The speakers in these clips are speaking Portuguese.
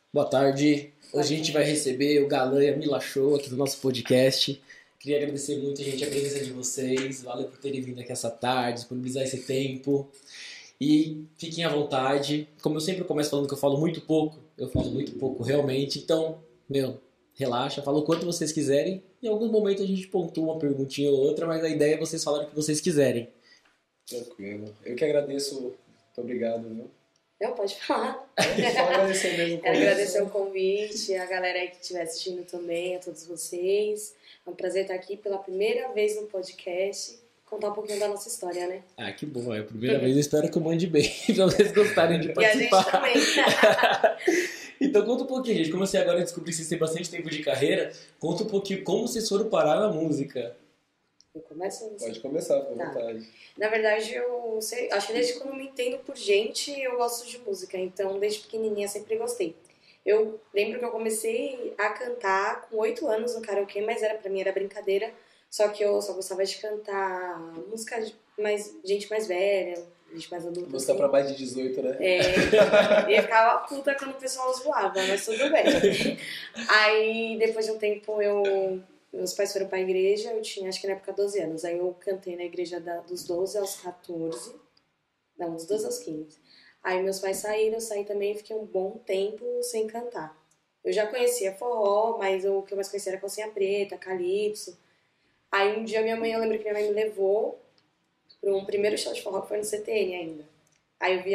Boa tarde. Hoje a gente vai receber o Galã e a Mila Show aqui do nosso podcast. Queria agradecer muito, gente, a presença de vocês. Valeu por terem vindo aqui essa tarde, disponibilizar esse tempo. E fiquem à vontade. Como eu sempre começo falando que eu falo muito pouco realmente. Então, relaxa, fala o quanto vocês quiserem. Em algum momento a gente pontua uma perguntinha ou outra, mas a ideia é vocês falarem o que vocês quiserem. Tranquilo. Eu que agradeço. Muito obrigado, viu? Não, pode falar. Só agradecer mesmo. Quero agradecer o convite, a galera aí que estiver assistindo também, a todos vocês. É um prazer estar aqui pela primeira vez no podcast, contar um pouquinho da nossa história, né? Ah, que bom. É a primeira vez. Eu espero que eu mande bem, pra vocês gostarem de participar. E a gente também. Então conta um pouquinho, gente. Como você agora descobriu que vocês têm bastante tempo de carreira, conta um pouquinho como vocês foram parar na música. Eu começo? Pode começar, com vontade. Na verdade, eu sei, acho que desde quando eu me entendo por gente, eu gosto de música. Então, desde pequenininha, sempre gostei. Eu lembro que eu comecei a cantar com 8 anos no karaokê, mas pra mim era brincadeira. Só que eu só gostava de cantar música de gente mais velha, gente mais adulta. Música assim. pra mais de 18, né? E eu ficava puta quando o pessoal zoava, mas tudo bem. Aí, depois de um tempo, meus pais foram pra igreja, eu tinha, acho que na época, 12 anos. Aí eu cantei na igreja dos 12 aos 14. Não, dos 12 aos 15. Aí meus pais saíram, eu saí também e fiquei um bom tempo sem cantar. Eu já conhecia forró, mas o que eu mais conhecia era calcinha preta, calypso. Aí um dia eu lembro que minha mãe me levou para um primeiro show de forró que foi no CTN ainda. Aí eu vi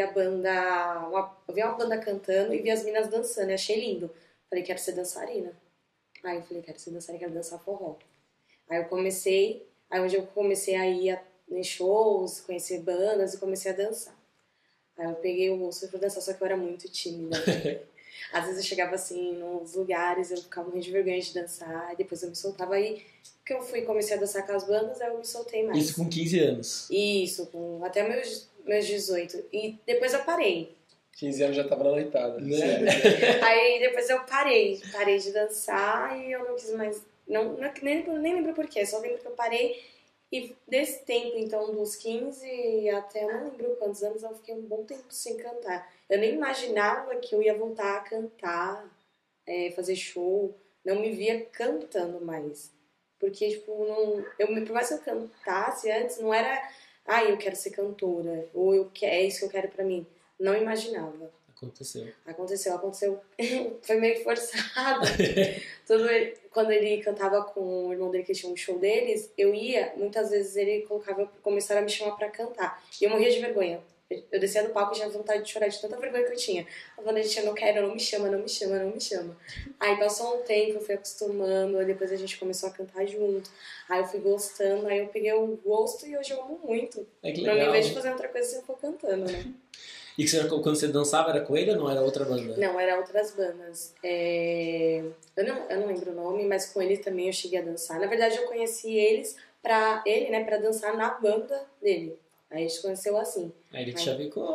uma banda cantando e vi as meninas dançando, e achei lindo. Falei, quero ser dançarina. Aí eu falei, quero ser dançarina, quero dançar forró. Aí onde eu comecei a ir em shows, conhecer bandas e comecei a dançar. Aí eu peguei o bolso e fui dançar, só que eu era muito tímida. Às vezes eu chegava assim, nos lugares, eu ficava morrendo de vergonha de dançar, e depois eu me soltava. Aí que eu comecei a dançar com as bandas, aí eu me soltei mais. Isso com 15 anos? Isso, até meus 18. E depois eu parei. 15 anos já tava na noitada. Né? Aí depois eu parei de dançar e eu não quis mais, nem lembro porquê, só lembro que eu parei. E desse tempo, então, dos 15 até eu não lembro quantos anos, eu fiquei um bom tempo sem cantar. Eu nem imaginava que eu ia voltar a cantar, fazer show. Não me via cantando mais. Porque, tipo, por mais que eu cantasse antes, não era, eu quero ser cantora, ou é isso que eu quero pra mim. Não imaginava. Aconteceu. Foi meio que forçado. Quando ele cantava com o irmão dele, que tinha um show deles, eu ia, muitas vezes ele começaram a me chamar pra cantar. E eu morria de vergonha. Eu descia do palco e tinha vontade de chorar de tanta vergonha que eu tinha. Eu falei, gente, eu não quero, não me chama. Aí passou um tempo, eu fui acostumando, aí depois a gente começou a cantar junto. Aí eu fui gostando, aí eu peguei o gosto e hoje eu amo muito. Que legal. Pra mim, em vez de né? fazer outra coisa, eu for cantando, né? E quando você dançava, era com ele ou não? Era outra banda? Não, era outras bandas. Eu não lembro o nome, mas com ele também eu cheguei a dançar. Na verdade, eu conheci pra dançar na banda dele. Aí a gente conheceu assim. Aí ele te chavecou.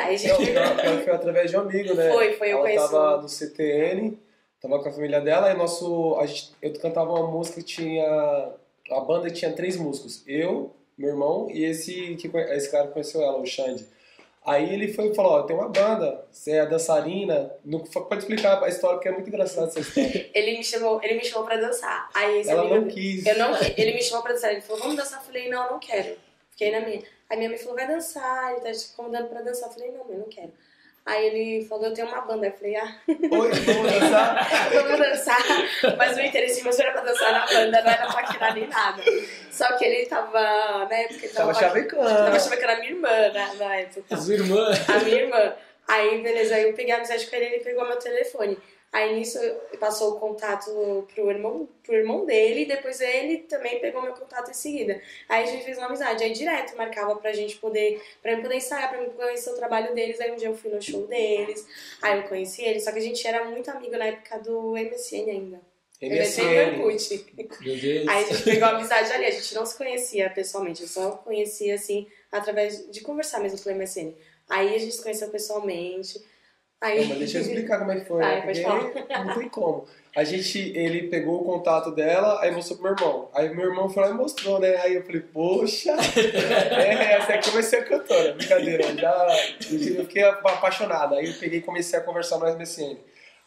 Foi através de um amigo, né? Foi, eu conheci. Ela tava no CTN, tava com a família dela, e eu cantava uma música que a banda tinha 3 músicos. Eu, meu irmão e esse cara que conheceu ela, o Xande. Aí ele foi e falou, tem uma banda, você é dançarina, pode explicar a história, porque é muito engraçada essa história. Ele me chamou pra dançar. Aí ela não quis. Ele me chamou pra dançar, ele falou, vamos dançar? Eu falei, não quero. Fiquei na minha. Aí minha mãe falou, vai dançar, ele tá te convidando pra dançar. Eu falei, não, mãe, não quero. Aí ele falou, eu tenho uma banda. Eu falei, Oi, vamos dançar? Vamos dançar. Mas o interesse meu era pra dançar na banda, não era pra paquerar nem nada. Só que ele tava, na época, ele tava chavecando. Tava chavecando a minha irmã, na época. A sua irmã? A minha irmã. Aí, beleza, aí eu peguei a amizade com ele e ele pegou meu telefone. Aí nisso passou o contato pro irmão dele, e depois ele também pegou meu contato em seguida. Aí a gente fez uma amizade, aí direto marcava pra eu poder ensaiar, pra mim conhecer o trabalho deles. Aí um dia eu fui no show deles, aí eu conheci eles, só que a gente era muito amigo na época do MSN ainda. MSN e Orkut. Meu Deus. Aí a gente pegou a amizade ali, a gente não se conhecia pessoalmente, eu só conhecia assim, através de conversar mesmo pelo MSN. Aí a gente se conheceu pessoalmente. Aí... Mas deixa eu explicar como é que foi, né? Pode falar. Não tem como. Ele pegou o contato dela, aí mostrou pro meu irmão. Aí meu irmão foi lá e mostrou, né? Aí eu falei, poxa, essa aqui vai ser a cantora. Brincadeira, eu fiquei apaixonado. Aí eu peguei e comecei a conversar no MSN.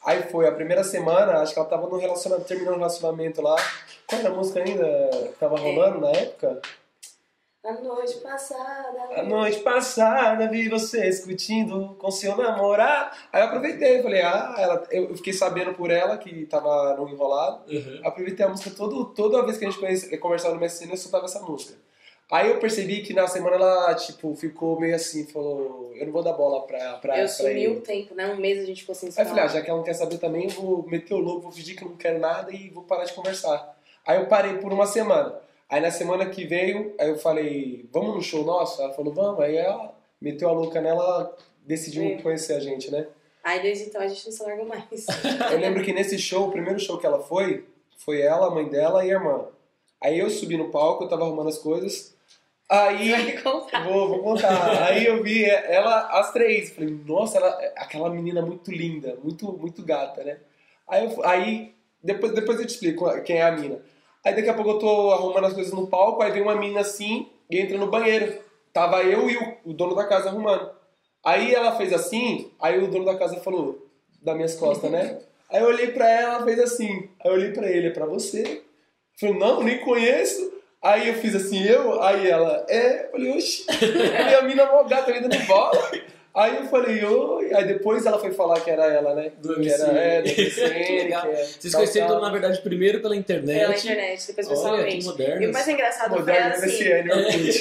Aí foi a primeira semana, acho que ela tava no relacionamento, terminando o relacionamento lá. Qual era a música ainda que tava rolando na época? A noite passada. A noite passada vi você discutindo com seu namorado. Aí eu aproveitei, falei, eu fiquei sabendo por ela que tava no enrolado. Aproveitei a música toda vez que a gente conversava no MSN, eu soltava essa música. Aí eu percebi que na semana ela, tipo, ficou meio assim, falou, eu não vou dar bola pra Eu sumi ele. um tempo, né? Um mês a gente ficou sem se Aí eu falei, falar. já que ela não quer saber também, eu vou meter o louco, vou fingir que eu não quero nada e vou parar de conversar. Aí eu parei por uma semana. Aí na semana que veio, aí eu falei, vamos no show nosso? Ela falou, vamos. Aí ela meteu a louca nela, decidiu conhecer a gente, né? Aí desde então a gente não se larga mais. Eu lembro que nesse show, o primeiro show que ela foi ela, a mãe dela e a irmã. Aí eu subi no palco, eu tava arrumando as coisas. Aí, Vai contar. vou contar. Aí eu vi ela, as três. Falei, nossa, aquela menina muito linda, muito gata, né? Aí depois eu te explico quem é a mina. Aí daqui a pouco eu tô arrumando as coisas no palco, aí vem uma mina assim e entra no banheiro. Tava eu e o dono da casa arrumando. Aí ela fez assim, aí o dono da casa falou, das minhas costas, né? Aí eu olhei pra ela, fez assim. Aí eu olhei pra ele, é pra você? Eu falei, não, nem conheço. Aí eu fiz assim, aí ela, eu falei, oxi. Aí a mina mó gata ali dando bola. Aí eu falei, oi. Aí depois ela foi falar que era ela, né? Do que MCN. era do MCN. Legal. Vocês conheceram, então, na verdade, primeiro pela internet. Pela internet, depois Olha, pessoalmente. que modernos. E o mais engraçado Moderno foi assim... MSN,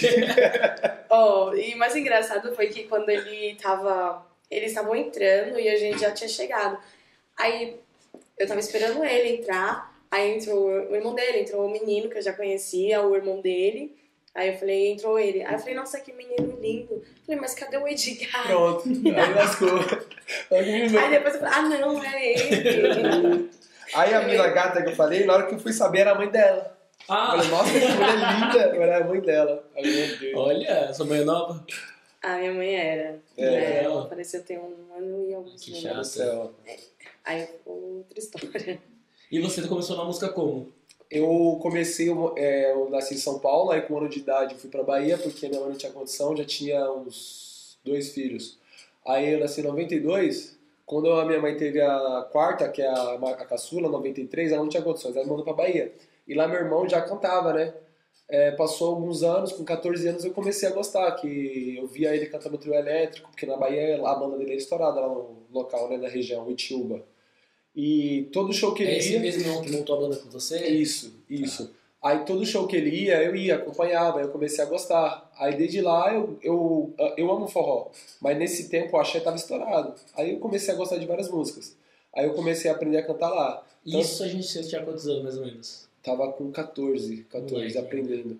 Orkut. E o mais engraçado foi que quando eles estavam entrando e a gente já tinha chegado. Aí eu tava esperando ele entrar, aí entrou o irmão dele, entrou o menino que eu já conhecia, o irmão dele. Aí eu falei, entrou ele. Aí eu falei, nossa, que menino lindo. Eu falei, mas cadê o Edgar? Pronto, aí lascou. Aí depois eu falei, não é ele. Aí a mina gata que eu falei, na hora que eu fui saber, era a mãe dela. Eu falei, nossa, que mulher linda. Era a mãe dela. Aí, meu Deus. Olha, sua mãe é nova? A minha mãe era. Ela apareceu tem 1 ano e alguns Que meses. chato. Aí ficou outra história. E você começou na música como? Eu comecei, eu nasci em São Paulo, aí com 1 ano de idade eu fui pra Bahia, porque minha mãe não tinha condição, já tinha uns 2 filhos. Aí eu nasci em 92, quando a minha mãe teve a quarta, que é a caçula, 93, ela não tinha condições, ela me mandou pra Bahia. E lá meu irmão já cantava, né? Passou alguns anos, com 14 anos eu comecei a gostar, que eu via ele cantando trio elétrico, porque na Bahia a banda dele era estourada lá no local, né, da região, Itiúba. E todo show que ele ia... esse mesmo que montou a banda com você? Isso. Aí todo show que ele ia, eu ia, acompanhava, aí eu comecei a gostar. Aí desde lá eu amo forró, mas nesse tempo o axé tava estourado. Aí eu comecei a gostar de várias músicas. Aí eu comecei a aprender a cantar lá. Isso você tinha quantos anos, mais ou menos? Tava com 14 Moleque. aprendendo.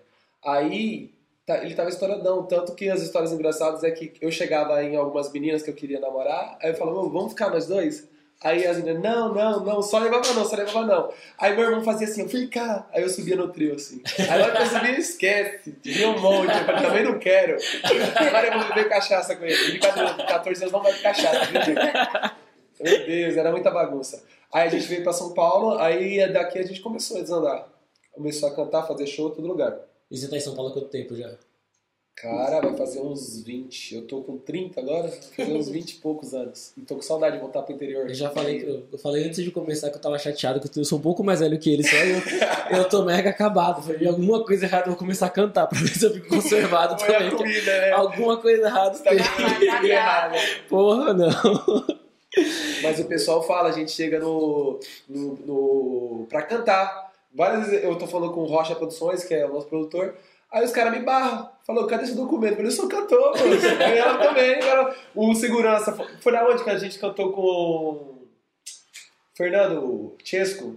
Aí ele tava estouradão, tanto que as histórias engraçadas é que eu chegava em algumas meninas que eu queria namorar, aí eu falava, vamos ficar nós dois? Aí as meninas, não, só levava não. Aí meu irmão fazia assim, eu fui cá. Aí eu subia no trio, assim. Aí lá que eu subia, esquece. Tinha um monte, eu falei, também não quero. Agora eu vou beber cachaça com ele. Ele com 14 anos não vai beber cachaça, viu? Meu Deus, era muita bagunça. Aí a gente veio pra São Paulo, aí daqui a gente começou a desandar. Começou a cantar, fazer show em todo lugar. E você tá em São Paulo há quanto tempo já? Cara, vai fazer uns 20. Eu tô com 30 agora, vai fazer uns 20 e poucos anos. E tô com saudade de voltar pro interior. Eu já falei, eu falei antes de começar que eu tava chateado, que eu sou um pouco mais velho que ele, só eu tô mega acabado. Falei, alguma coisa errada, eu vou começar a cantar pra ver se eu fico conservado Foi a também. comida, né? Alguma coisa errada Tá tem. errado. Porra, não. Mas o pessoal fala, a gente chega pra cantar. Várias vezes eu tô falando com o Rocha Produções, que é o nosso produtor, aí os caras me barram. Falou, cadê esse documento? Eu falei, eu sou cantor, moço. Aí ela também. O segurança, foi na onde que a gente cantou com Fernando Chesco?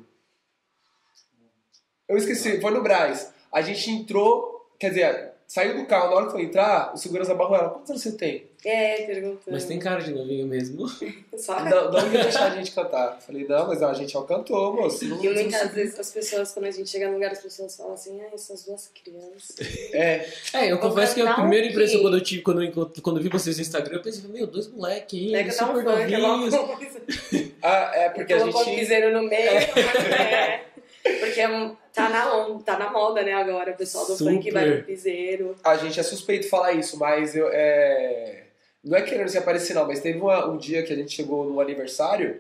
Eu esqueci, foi no Brás. A gente entrou, quer dizer, saiu do carro, na hora que foi entrar, o segurança barrou ela. Quantos anos você tem? Perguntando. Mas tem cara de novinho mesmo. Só... Não ia deixar a gente cantar. Falei, não, mas a gente é o cantor, moço. E muitas vezes as pessoas, quando a gente chega no lugar, as pessoas falam assim, essas duas crianças. Eu confesso que a primeira impressão quando quando eu tive, quando eu vi vocês no Instagram, eu pensei, meu, 2 moleques aí, é que dá um super funk, é uma novinhos. coisa. Porque a Colocou o gente... piseiro no meio, porque tá na moda, né, agora, o pessoal do funk vai pro piseiro. A gente é suspeito falar isso, mas não é querendo se aparecer não, mas teve um dia que a gente chegou no aniversário,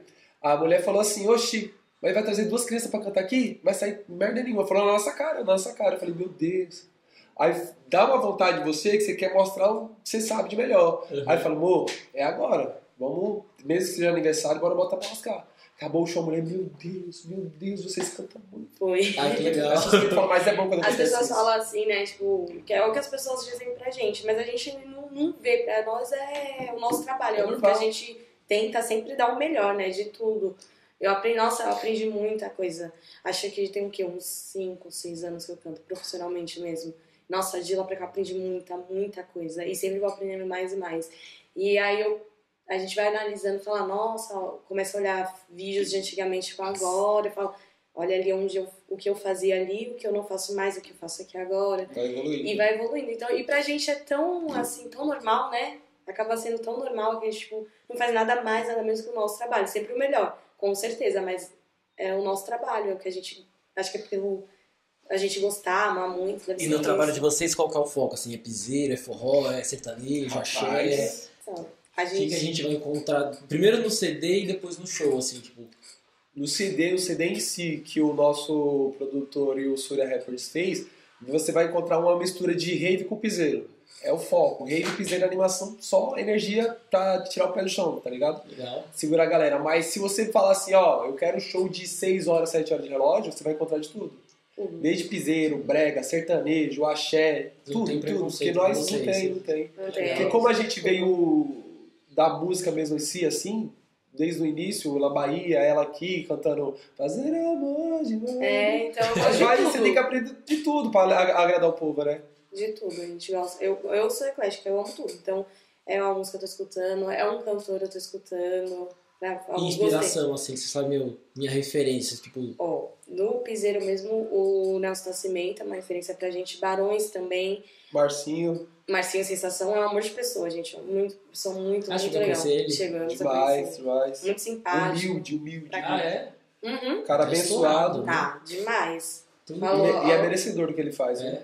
A mulher falou assim, oxi, mas vai trazer 2 crianças pra cantar aqui? Vai sair merda nenhuma. Falou na nossa cara, na nossa cara. Eu falei, meu Deus. Aí dá uma vontade de você que você quer mostrar o que você sabe de melhor. Aí eu falo, amor, é agora. Vamos, mesmo que seja aniversário, bora botar pra lascar. Acabou o show, a mulher, meu Deus, vocês cantam muito. Foi. Ai, que legal. Mas é bom quando As pessoas isso. falam assim, né, tipo, que é o que as pessoas dizem pra gente, mas a gente não vê, pra nós é o nosso trabalho, é o que a gente tenta sempre dar o melhor, né, de tudo. Eu aprendi muita coisa. Acho que tem o quê? Uns 5, 6 anos que eu canto profissionalmente mesmo. Nossa, de lá pra cá aprendi muita coisa. E sempre vou aprendendo mais e mais. E aí a gente vai analisando e fala, nossa, começa a olhar vídeos de antigamente com agora. Eu falo, olha ali o que eu fazia ali, o que eu não faço mais, o que eu faço aqui agora. Vai evoluindo. E vai evoluindo. Então, e pra gente é tão, assim, tão normal, né? Acaba sendo tão normal que a gente, tipo, não faz nada mais, nada menos que o nosso trabalho. Sempre o melhor, com certeza, mas é o nosso trabalho, é o que a gente... Acho que é pelo... A gente gostar, amar muito. E no trabalho de vocês, qual que é o foco? Assim, é piseiro, é forró, é sertanejo, axé? Então, O que a gente vai encontrar primeiro no CD e depois no show, assim, tipo... No CD, o CD em si, que o nosso produtor e o Surya Records fez, você vai encontrar uma mistura de rave com piseiro. É o foco. Rave e piseiro animação, só energia pra tirar o pé do chão, tá ligado? Legal. Segurar a galera. Mas se você falar assim, ó, eu quero um show de 6 horas, 7 horas de relógio, você vai encontrar de tudo. Desde piseiro, brega, sertanejo, axé, tudo. Porque nós não tem. Porque como a gente veio da música mesmo em si, assim, desde o início, La Bahia, ela aqui cantando Fazer Amor de Novo. Então eu Mas gosto de tudo. você tem que aprender de tudo pra agradar o povo, né? De tudo, a gente gosta. Eu sou eclética, eu amo tudo. Então, é uma música que eu tô escutando, é um cantor que eu tô escutando. E inspiração, assim, você sabe, minha referência, tipo... Ó, no piseiro mesmo, o Nelson Nascimento é uma referência pra gente. Barões também. Marcinho Sensação é um amor de pessoa, gente. São muito legal. Ele? Chegamos demais. muito simpático. Humilde. É? Uhum. Cara abençoado. Tá, demais. E é merecedor do que ele faz, né?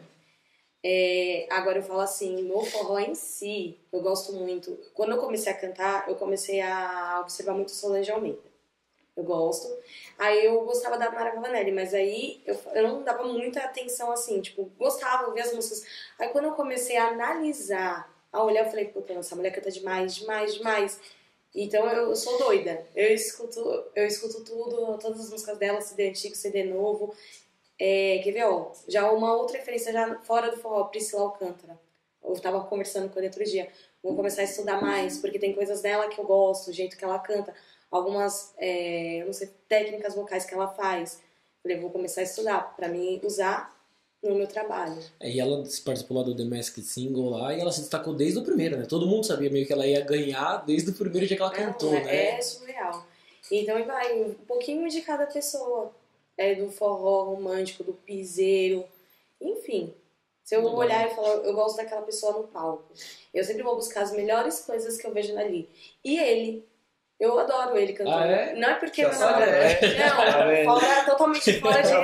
Agora eu falo assim, no forró em si, eu gosto muito. Quando eu comecei a cantar, eu comecei a observar muito Solange Almeida. Eu gosto. Aí eu gostava da Mara Cavanelli, mas aí eu não dava muita atenção assim, tipo, gostava, ouvia as músicas. Aí quando eu comecei a analisar, a olhar, eu falei, puta, essa mulher canta demais. Então eu sou doida. Eu escuto tudo, todas as músicas dela, CD antigo, CD novo. Quer ver, ó, já uma outra referência já fora do forró, Priscila Alcântara. Eu tava conversando com ela outro dia. Vou começar a estudar mais, porque tem coisas dela que eu gosto, o jeito que ela canta, algumas, não sei, técnicas vocais que ela faz. Falei, vou começar a estudar pra mim usar no meu trabalho. E ela participou lá do The Masked Single lá e ela se destacou desde o primeiro, né? Todo mundo sabia meio que ela ia ganhar desde o primeiro dia que ela cantou, né? É surreal. Então vai um pouquinho de cada pessoa. Do forró romântico, do piseiro, enfim. Se eu olhar e falar, eu gosto daquela pessoa no palco. Eu sempre vou buscar as melhores coisas que eu vejo ali. E ele, eu adoro ele cantando. Não é porque meu namorado... Não, totalmente fora de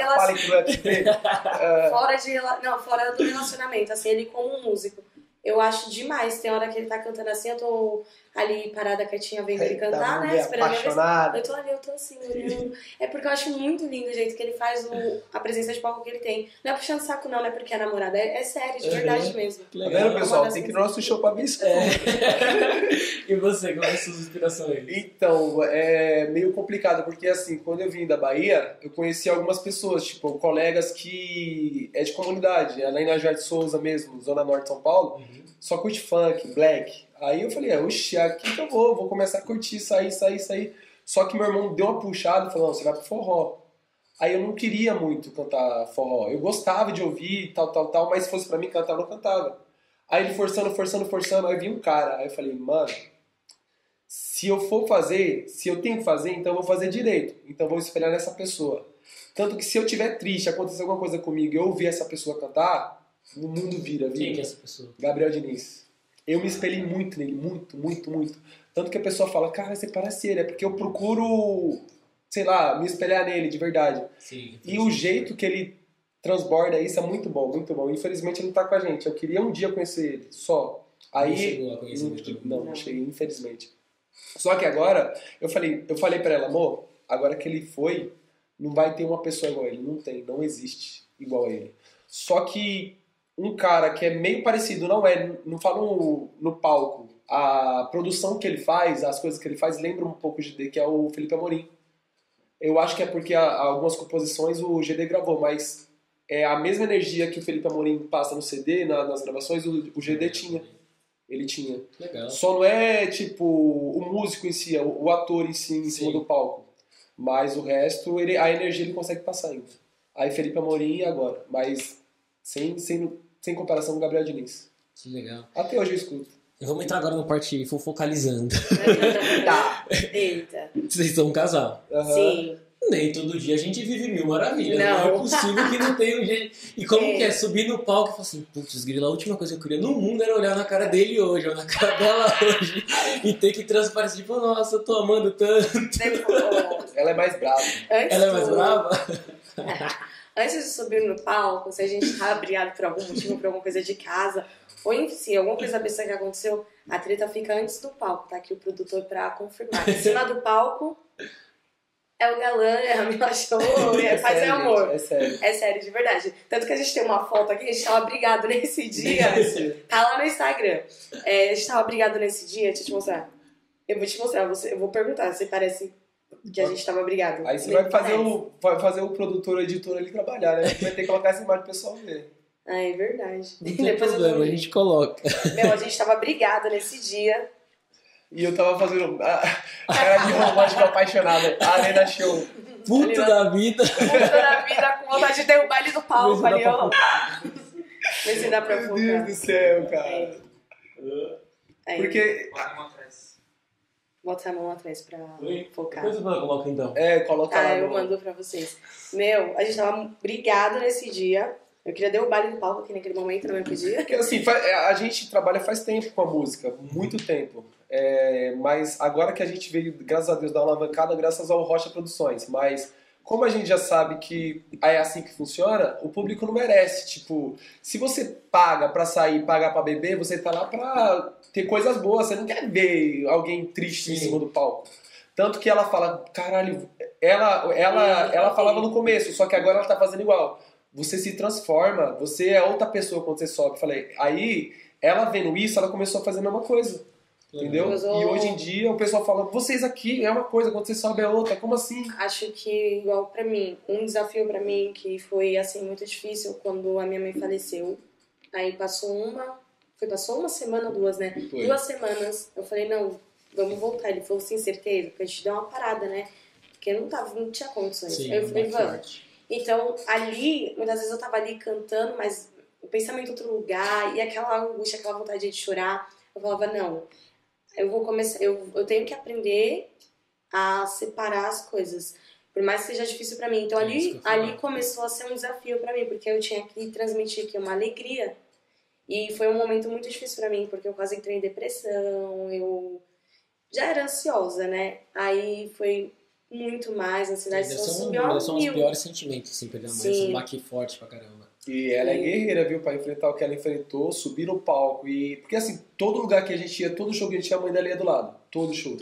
relação. Fora do relacionamento, assim, ele como um músico. Eu acho demais. Tem hora que ele tá cantando assim, eu tô ali parada quietinha vendo ele cantar, né? Esperando apaixonado. eu tô assim, olhando. É porque eu acho muito lindo o jeito que ele faz a presença de palco que ele tem. Não é puxando saco não é porque é namorada. É sério, de verdade mesmo. Tá vendo, pessoal? Tem que ir no nosso show pra ver isso. E você, quais são as suas inspirações? Então, é meio complicado, porque assim, quando eu vim da Bahia, eu conheci algumas pessoas, tipo, colegas que é de comunidade, lá em Najá de Souza mesmo, Zona Norte de São Paulo, só curte funk, black. Aí eu falei, oxi, aqui que eu vou começar a curtir, sair. Só que meu irmão deu uma puxada e falou, não, você vai pro forró. Aí eu não queria muito cantar forró. Eu gostava de ouvir, tal, mas se fosse pra mim cantar, eu não cantava. Aí ele forçando, aí vinha um cara. Aí eu falei, mano, se eu tenho que fazer, então eu vou fazer direito. Então eu vou espelhar nessa pessoa. Tanto que se eu tiver triste, acontecer alguma coisa comigo e eu ouvir essa pessoa cantar, o mundo vira. Quem que é essa pessoa? Gabriel Diniz. Eu me espelhei muito nele, muito. Tanto que a pessoa fala, cara, você parece ele. É porque eu procuro, sei lá, me espelhar nele de verdade. Sim, e o jeito que ele transborda isso é muito bom. Infelizmente ele não tá com a gente. Eu queria um dia conhecer ele, só. Aí, não chegou a conhecer ele? Não cheguei, infelizmente. Só que agora, eu falei pra ela, amor, agora que ele foi, não vai ter uma pessoa igual a ele. Não existe igual a ele. Só que um cara que é meio parecido, não falo no palco, a produção que ele faz, as coisas que ele faz, lembra um pouco o GD, que é o Felipe Amorim. Eu acho que é porque algumas composições o GD gravou, mas é a mesma energia que o Felipe Amorim passa no CD, nas gravações, o GD tinha. Ele tinha. Legal. Só não é, tipo, o músico em si, o ator em si, em cima do palco. Mas o resto, a energia ele consegue passar ainda. Aí Felipe Amorim agora, mas sem comparação com o Gabriel Diniz. Que legal. Até hoje eu escuto. Vamos entrar agora na parte fofocalizando. Tá. Eita. Vocês são um casal. Sim. Nem todo dia a gente vive mil maravilhas. Não. Não é possível que não tenha um jeito. E como que é subir no palco e falar assim, putz, grila, a última coisa que eu queria no mundo era olhar na cara dele hoje, ou na cara dela hoje, e ter que transparecer, tipo, nossa, eu tô amando tanto. Ela é mais brava. Ela é mais brava? Antes de subir no palco, se a gente tá brigado por algum motivo, por alguma coisa de casa, ou enfim, alguma coisa besta que aconteceu, a treta fica antes do palco, tá aqui o produtor pra confirmar. Em cima do palco, é o galã, é a Mila Show, faz sério, amor. É sério. É sério, de verdade. Tanto que a gente tem uma foto aqui, a gente tava brigado nesse dia. Tá lá no Instagram. A gente tava brigado nesse dia, deixa eu te mostrar. Eu vou te mostrar, eu vou perguntar se parece que a gente tava brigado. Aí você vai fazer o produtor, o editor ali trabalhar, né? Vai ter que colocar essa imagem pro pessoal ver. Ah, é verdade. Não tem problema, a gente coloca. Meu, a gente tava brigado nesse dia. E eu tava fazendo a cara de romântico apaixonada. A Arena Show. Puto da vida. Puta da vida, com vontade de derrubar ele do palco ali, ó. Vê se dá pra focar. Meu Deus do céu, cara. Aí. Porque... Bota a mão atrás pra focar. Depois eu coloco então. Coloca lá. Eu mando pra vocês. Meu, a gente tava brigado nesse dia. Eu queria derrubar ele do palco aqui naquele momento, não me podia. Porque assim, a gente trabalha faz tempo com a música, muito tempo. Mas agora que a gente veio, graças a Deus, dar uma alavancada graças ao Rocha Produções. Mas como a gente já sabe que é assim que funciona, o público não merece. Tipo, se você paga pra sair, paga pra beber, você tá lá pra ter coisas boas. Você não quer ver alguém triste em cima do palco. Tanto que ela fala, caralho, ela falava no começo, só que agora ela tá fazendo igual. Você se transforma, você é outra pessoa quando você sobe. Falei, aí, ela vendo isso, ela começou a fazer a mesma coisa. Entendeu? E hoje em dia o pessoal fala, vocês aqui é uma coisa, quando você sobe é outra, como assim? Acho que, igual pra mim, um desafio pra mim que foi, assim, muito difícil quando a minha mãe faleceu. Aí passou uma semana, duas, né? Foi. 2 semanas, eu falei, não, vamos voltar. Ele falou, sem certeza, porque a gente deu uma parada, né? Porque não tinha condições. Sim, aí eu falei, vamos. Então, ali, muitas vezes eu tava ali cantando, mas o pensamento em outro lugar, e aquela angústia, aquela vontade de chorar, eu falava, não, eu vou começar, eu tenho que aprender a separar as coisas, por mais que seja difícil pra mim. Então, ali começou a ser um desafio pra mim, porque eu tinha que transmitir aqui uma alegria, e foi um momento muito difícil pra mim, porque eu quase entrei em depressão, eu já era ansiosa, né? Aí foi muito mais, a ansiedade só subiu a São os mil. piores sentimentos, assim, perder a mãe. Sim. Um baque forte pra caramba. E ela é guerreira, viu? Pra enfrentar o que ela enfrentou, subir no palco. Porque assim, todo lugar que a gente ia, todo show que a gente ia, a mãe dela ia do lado. Todo show.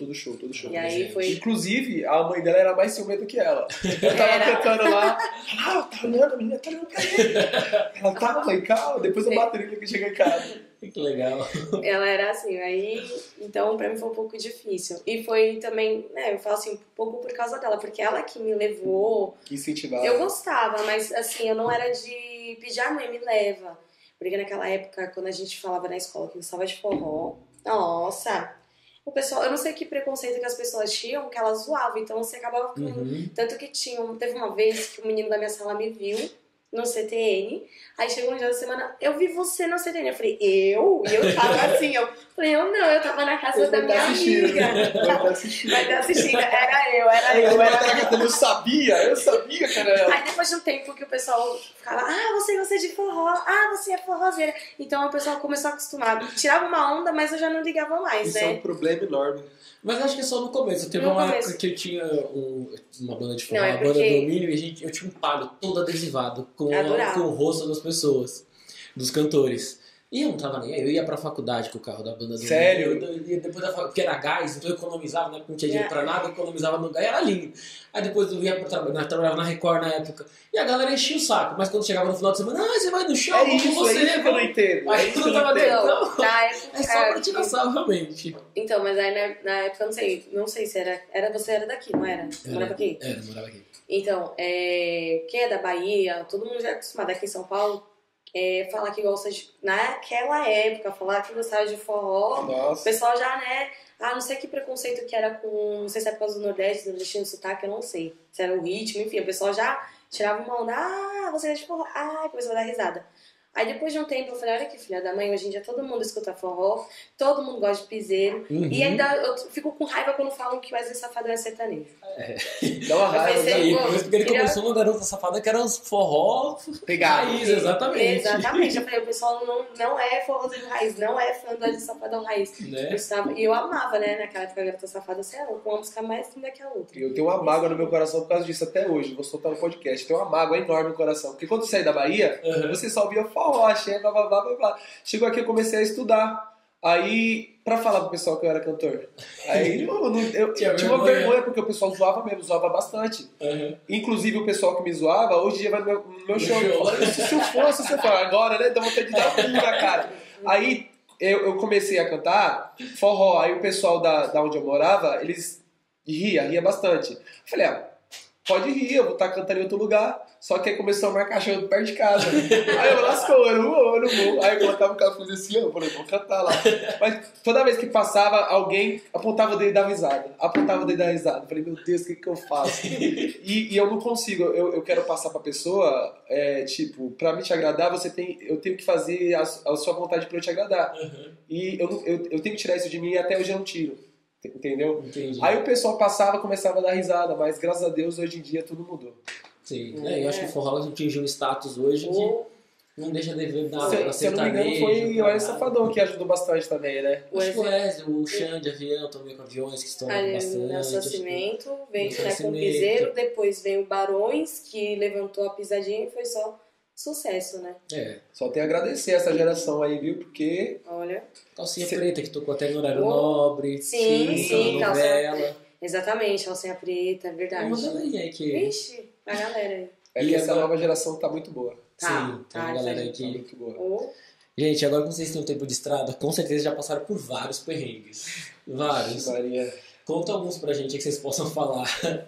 E aí foi... Inclusive, a mãe dela era mais ciumenta que ela. Eu tava cantando lá, tá olhando, a menina tá olhando pra ele. Ela tava, mãe, calma, depois eu bato nele que chega em casa. Que legal. Ela era assim, aí, então pra mim foi um pouco difícil. E foi também, né, eu falo assim, um pouco por causa dela, porque ela que me levou. Que incentivava. Eu gostava, mas assim, eu não era de pedir, mãe, me leva. Porque naquela época, quando a gente falava na escola que gostava de forró, nossa, o pessoal, eu não sei que preconceito que as pessoas tinham, que elas zoavam, então você acabava ficando. Tanto que teve uma vez que o menino da minha sala me viu no CTN, aí chegou um dia da semana, eu vi você no CTN, eu falei, eu? E eu tava assim, eu falei, eu tava na casa da minha amiga. Vai ter assistindo, era eu. Eu sabia que era ela. Aí depois de um tempo que o pessoal ficava, você gosta de forró, você é forrozeira. Então o pessoal começou a acostumar, tirava uma onda, mas eu já não ligava mais, Isso né? é um problema enorme. Mas acho que é só no começo. Teve uma época que eu tinha uma banda de forró, uma banda porque... domínio, e eu tinha um palho todo adesivado com o rosto das pessoas, dos cantores. E eu não tava nem aí. Eu ia pra faculdade com o carro da banda do Sério? Eu ia depois da faculdade, porque era gás, então eu economizava, né? Porque não tinha dinheiro pra nada, eu economizava no gás, era lindo. Aí depois eu ia pra trabalhar, trabalhava na Record na época. E a galera enchia o saco. Mas quando chegava no final de semana, você vai no show, vamos com você, é isso que eu não entendo. Aí tu não tava dentro, não. Na época, É só pra tirar sarro, realmente. Então, mas aí na época eu não sei se você era daqui, não era? Morava aqui? Era, morava aqui. Então, quem é da Bahia, todo mundo já é acostumado aqui em São Paulo, falar que gosta de... Naquela época, falar que gostava de forró, Nossa. o pessoal já, né... não sei que preconceito que era com... Não sei se é por causa do Nordeste, do nordestino, sotaque, eu não sei. Se era o ritmo, enfim, o pessoal já tirava uma onda. Você é de forró. Começou a dar risada. Aí depois de um tempo eu falei, olha que filha da mãe, hoje em dia todo mundo escuta forró, todo mundo gosta de piseiro. Uhum. E ainda eu fico com raiva quando falam que o Wesley Safadão é sertanejo. Dá uma raiva. pensei, Aí, pô, por isso que ele começou no Garota Safada, que era os forró raiz, exatamente. Exatamente. Eu falei, o pessoal não é forrozinho raiz, não é fã do Wesley Safadão raiz. Né? E eu amava, né, naquela época, a Garota Safada, sei lá, com uma música mais linda que a outra. Eu tenho uma mágoa no meu coração por causa disso até hoje. Vou soltar no podcast. Tem uma mágoa enorme no coração. Porque quando eu saí da Bahia, você só ouvia forró, axé, blá, blá, blá, blá, blá. Chegou aqui, eu comecei a estudar. Aí, pra falar pro pessoal que eu era cantor. Aí, eu tinha uma vergonha, porque o pessoal zoava mesmo, zoava bastante. Inclusive, o pessoal que me zoava, hoje em dia vai no meu show. Se eu fosse, agora, né? Então vou ter de dar um na cara. Aí, eu comecei a cantar forró. Aí o pessoal da onde eu morava, eles ria bastante. Eu falei, pode rir, eu vou estar cantando em outro lugar. Só que aí começou a marcar show perto de casa. Aí eu lascou, eu não vou. Aí eu colocava o carro e fazia assim, eu falei, vou cantar lá. Mas toda vez que passava, alguém apontava o dedo e dava risada. Eu falei, meu Deus, o que eu faço? E eu não consigo, eu quero passar pra pessoa, pra me te agradar, eu tenho que fazer a sua vontade pra eu te agradar. E eu tenho que tirar isso de mim e até hoje eu não tiro. Entendeu? Entendi. Aí o pessoal passava, começava a dar risada, mas graças a Deus hoje em dia tudo mudou. Sim, eu acho que o forró atingiu um status hoje que não deixa de ver nada. Se eu não me engano, foi o Wesley Safadão que ajudou bastante também, né? Acho que o Wesley, o Xande, Avião, também com aviões que estão bastante. Nelson Nascimento, veio com o Piseiro, depois veio o Barões, que levantou a pisadinha e foi só sucesso, né? Só tenho a agradecer essa geração aí, viu? Porque... Olha... Calcinha Preta, que tocou até no horário nobre. Sim, novela. Exatamente, calcinha preta, é verdade. Uma galerinha aí que... Vixe, a galera aí. Que essa nova geração tá muito boa. Sim, tem uma galera aí Tá que... muito boa. Gente, agora que vocês têm um tempo de estrada, com certeza já passaram por vários perrengues. Vários. Maria. Conta alguns pra gente que vocês possam falar.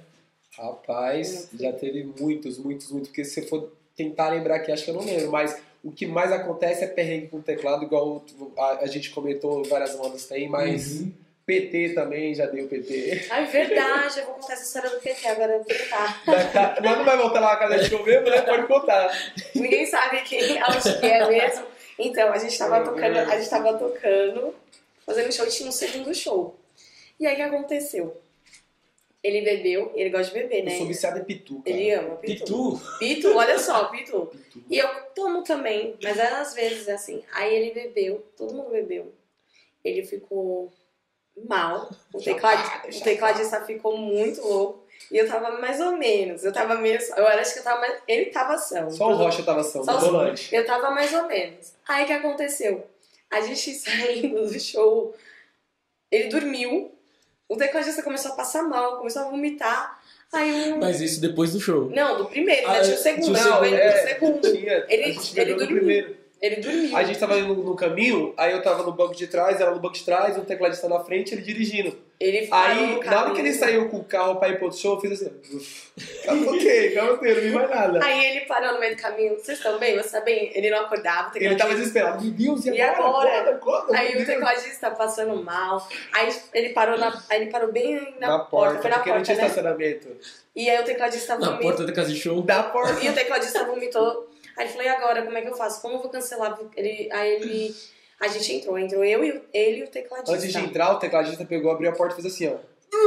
Rapaz, já teve muitos. Porque se você for tentar lembrar aqui, acho que eu não lembro. Mas o que mais acontece é perrengue com teclado, igual a gente comentou, várias bandas tem, mas... PT também, já deu PT. É verdade, eu vou contar essa história do PT, agora eu vou contar. Mas não vai voltar lá na casa de show mesmo, né? Pode contar. Ninguém sabe quem acho que é mesmo. Então, a gente tava tocando, fazendo show, tinha um segundo show. E aí o que aconteceu? Ele bebeu, ele gosta de beber, né? Eu sou viciado em pitu, cara. Ele ama pitu. Pitu, olha só, pitu. E eu tomo também, mas às vezes assim. Aí ele bebeu, todo mundo bebeu. Ele ficou mal, o tecladista ficou muito louco. E eu tava mais ou menos. Eu acho que eu tava mais. Ele tava são. Só o Rocha tava são, do volante. Eu tava mais ou menos. Aí o que aconteceu? A gente saindo do show, ele dormiu. O tecladista começou a passar mal, começou a vomitar. Mas isso depois do show? Não, do primeiro, né? Tinha o segundo. Não, ele do segundo. Ele dormiu. Ele dormiu. A gente tava indo no caminho, aí eu tava no banco de trás, ela no banco de trás, o tecladista na frente, ele dirigindo. Aí, na hora que ele saiu com o carro pra ir pro outro show, eu fiz assim, ok, não vi mais nada. Aí ele parou no meio do caminho, vocês estão bem? Você tá bem? Ele não acordava. Ele tava desesperado, meu Deus, e agora? Aí o tecladista passando mal, aí ele parou bem na porta, foi na porque porta, não tinha né? estacionamento. E aí o tecladista vomitou. Na porta da casa de show? Da porta. E o tecladista vomitou. Aí ele falou, e agora, como é que eu faço? Como eu vou cancelar? A gente entrou eu e ele e o tecladista. Antes de entrar, o tecladista pegou, abriu a porta e fez assim, ó.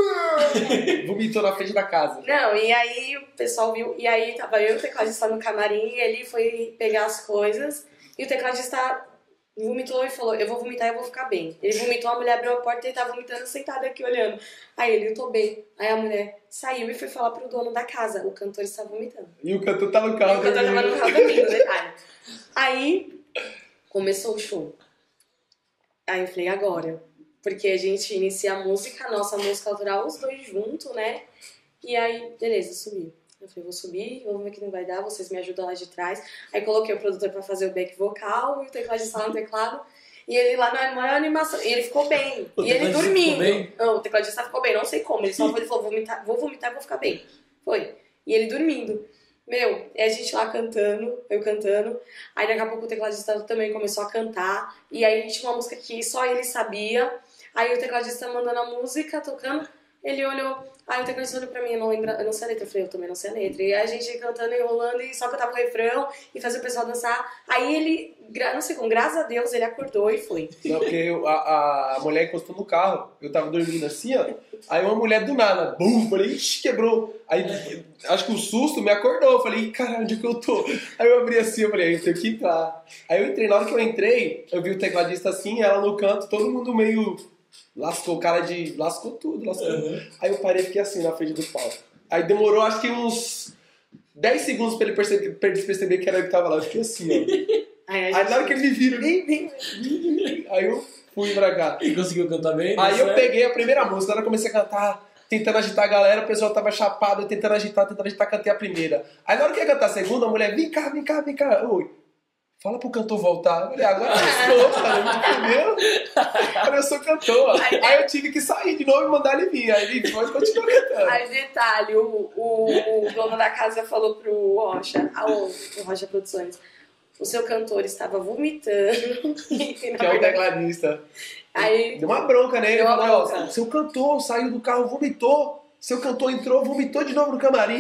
Vomitou na frente da casa. Não, e aí o pessoal viu, e aí tava eu e o tecladista no camarim, e ele foi pegar as coisas, e o tecladista vomitou e falou, eu vou vomitar e eu vou ficar bem. Ele vomitou, a mulher abriu a porta e ele tava vomitando sentada aqui olhando. Aí ele, eu tô bem. Aí a mulher saiu e foi falar pro dono da casa, o cantor está vomitando. E o cantor tá no carro. E o cantor tava no carro dormindo, detalhe. Aí, Começou o show. Aí eu falei, agora. Porque a gente inicia a música, a nossa música autoral, os dois juntos, né? E aí, beleza, subi. Eu falei, vou subir, vamos ver o que não vai dar, vocês me ajudam lá de trás. Aí coloquei o produtor pra fazer o back vocal, e o tecladista lá no teclado. E ele lá na maior animação. E ele ficou bem. E ele dormindo. Não, o tecladista ficou bem, não sei como. Ele só falou, vou vomitar, vou ficar bem. Foi. E ele dormindo. Meu, é a gente lá cantando, eu cantando. Aí daqui a pouco o tecladista também começou a cantar. E aí tinha uma música que só ele sabia. Aí o tecladista mandando a música, tocando. Ele olhou, aí o tecladista olhou pra mim, eu não sei a letra. Eu falei, eu também não sei a letra. E aí a gente cantando, enrolando, e só cantava o refrão e fazia o pessoal dançar. Aí ele, não sei como, graças a Deus, ele acordou e foi. Não, porque a mulher encostou no carro, eu tava dormindo assim, ó. Aí uma mulher do nada, bum, falei, ixi, quebrou. Aí acho que o susto me acordou, eu falei, caralho, onde é que eu tô? Aí eu abri assim, eu falei, eu tenho que entrar. Aí eu entrei, na hora que eu entrei, eu vi o tecladista assim, ela no canto, todo mundo meio... Lascou, o cara de... Lascou tudo, lascou. Uhum. Aí eu parei e fiquei assim, na frente do palco. Aí demorou, acho que uns 10 segundos pra ele perceber que era eu que tava lá. Eu fiquei assim, ó. Aí na hora que ele me viram, aí eu fui pra cá. E conseguiu cantar bem? Aí eu peguei a primeira música, na hora que eu comecei a cantar, tentando agitar a galera, o pessoal tava chapado, eu tentando agitar, cantei a primeira. Aí na hora que eu ia cantar a segunda, a mulher, vem cá. Oi. Fala pro cantor voltar. Eu falei, agora eu sou, cara, entendeu? Agora eu sou cantor. Aí eu tive que sair de novo e mandar ele vir. Aí ele foi e continuou cantando. Aí detalhe, o dono da casa falou pro Rocha, o Rocha Produções, o seu cantor estava vomitando. Que é o tecladista. Aí, deu uma bronca nele. Deu uma bronca. Ó, seu cantor saiu do carro, vomitou. Seu cantor entrou, vomitou de novo no camarim.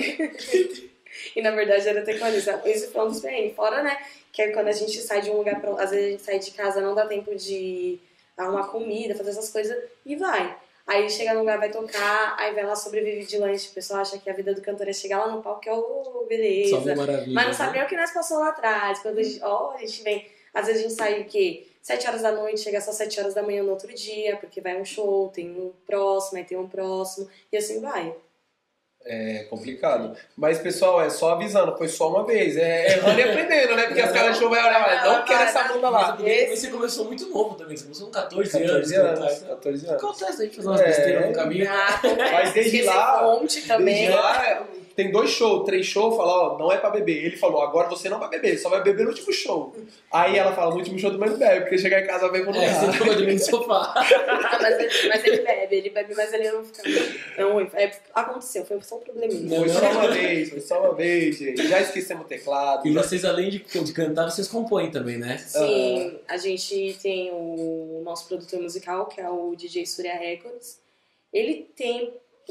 E na verdade era tecladista. Isso foi um dos perrengues. Fora, né? Que é quando a gente sai de um lugar pra... Às vezes a gente sai de casa, não dá tempo de arrumar comida, fazer essas coisas e vai. Aí chega no lugar, vai tocar, aí vai lá, sobrevive de lanche. O pessoal acha que a vida do cantor é chegar lá no palco, que é beleza. Mas não sabe nem o que nós passamos lá atrás. Quando a gente vem... Às vezes a gente sai o quê? 7 horas da noite, chega só 7 horas da manhã no outro dia, porque vai um show, tem um próximo, aí tem um próximo, e assim vai. É complicado. Mas, pessoal, é só avisando, foi só uma vez. É errando e aprendendo, né? Porque as caras de show vai olhar, não quero essa bunda lá. Mas você começou muito novo também, você começou com 14 anos. 14 anos. Acontece a gente fazer umas besteiras no caminho. Mas desde lá, também. tem 2 shows, 3 shows, fala, ó, não é pra beber. Ele falou, agora você não vai beber, só vai beber no último show. Aí ela fala, no último show também não bebe, porque chegar em casa vai beber no lugar. Você ficou dormindo no sofá. Mas ele bebe, mas ele não fica... Não, aconteceu, foi só um probleminha. Foi só uma vez, gente. Já esquecemos o teclado. E vocês, além de cantar, vocês compõem também, né? Sim, a gente tem o nosso produtor musical, que é o DJ Surya Records. Ele tem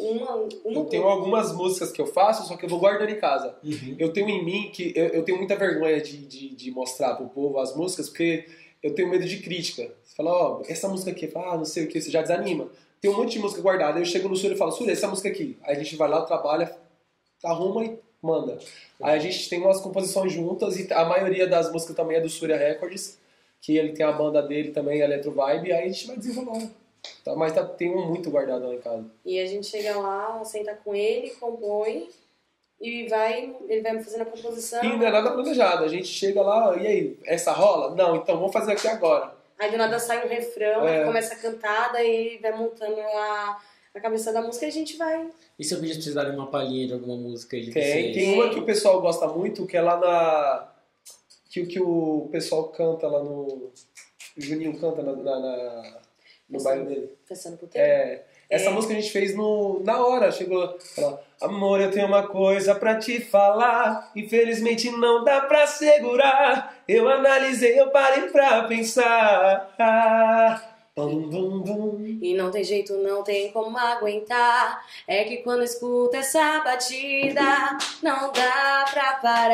Eu tenho algumas músicas que eu faço, só que eu vou guardando em casa. Uhum. Eu tenho em mim que eu tenho muita vergonha de mostrar pro povo as músicas, porque eu tenho medo de crítica. Você fala, ó, essa música aqui, não sei o que, você já desanima. Tem um monte de música guardada, aí eu chego no Surya e falo, Surya, essa música aqui. Aí a gente vai lá, trabalha, arruma e manda. Aí a gente tem umas composições juntas, e a maioria das músicas também é do Surya Records, que ele tem a banda dele também, a Electro Vibe, aí a gente vai desenrolando. Tá, mas tem um muito guardado lá em casa. E a gente chega lá, senta com ele, compõe, e ele vai fazendo a composição. E não é nada planejado, a gente chega lá, e aí, essa rola? Não, então vamos fazer aqui agora. Aí do nada sai um refrão, começa a cantar, daí vai montando a cabeça da música e a gente vai... E se eu pedir pra vocês darem uma palhinha de alguma música aí de vocês? Tem uma que o pessoal gosta muito, que é lá na... Que o pessoal canta lá no... O Juninho canta no bairro dele. Pensando pro tempo. Essa música a gente fez na hora, chegou, falou, amor, eu tenho uma coisa pra te falar, infelizmente não dá pra segurar, eu analisei, eu parei pra pensar, bum, bum, bum. E não tem jeito, não tem como aguentar, é que quando escuto essa batida, não dá pra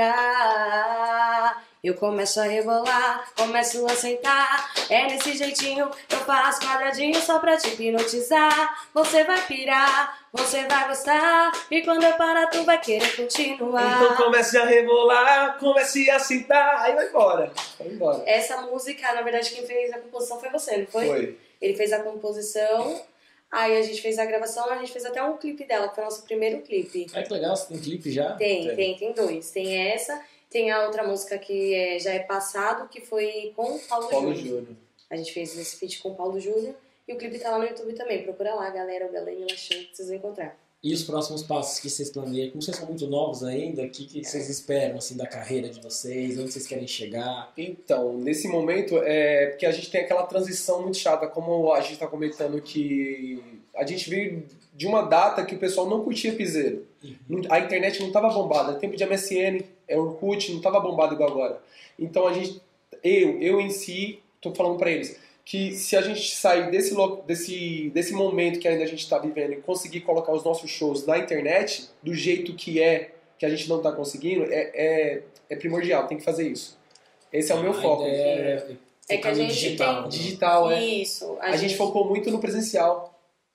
parar. Eu começo a rebolar, começo a sentar, é nesse jeitinho, eu faço quadradinho só pra te hipnotizar. Você vai pirar, você vai gostar, e quando eu parar tu vai querer continuar. Então comece a rebolar, comece a sentar, aí vai embora. Essa música, na verdade, quem fez a composição foi você, não foi? Foi. Ele fez a composição, aí a gente fez a gravação, a gente fez até um clipe dela, que foi o nosso primeiro clipe. Que legal, você tem clipe já? Tem 2. Tem essa... Tem a outra música que já é Passado, que foi com Paulo Júnior. A gente fez esse feat com o Paulo Júnior. E o clipe tá lá no YouTube também. Procura lá, galera. O Galera Relaxante, que vocês vão encontrar. E os próximos passos que vocês planeiam? Como vocês são muito novos ainda, o que vocês esperam assim, da carreira de vocês? Onde vocês querem chegar? Então, nesse momento, porque a gente tem aquela transição muito chata, como a gente está comentando que a gente veio de uma data que o pessoal não curtia piseiro. A internet não estava bombada. No tempo de MSN, Orkut, não estava bombado igual agora. Então, eu em si, estou falando para eles, que se a gente sair desse momento que ainda a gente está vivendo e conseguir colocar os nossos shows na internet, do jeito que a gente não está conseguindo, é primordial, tem que fazer isso. Esse é o meu foco. É que a gente digital. Digital, Isso. A gente focou muito no presencial.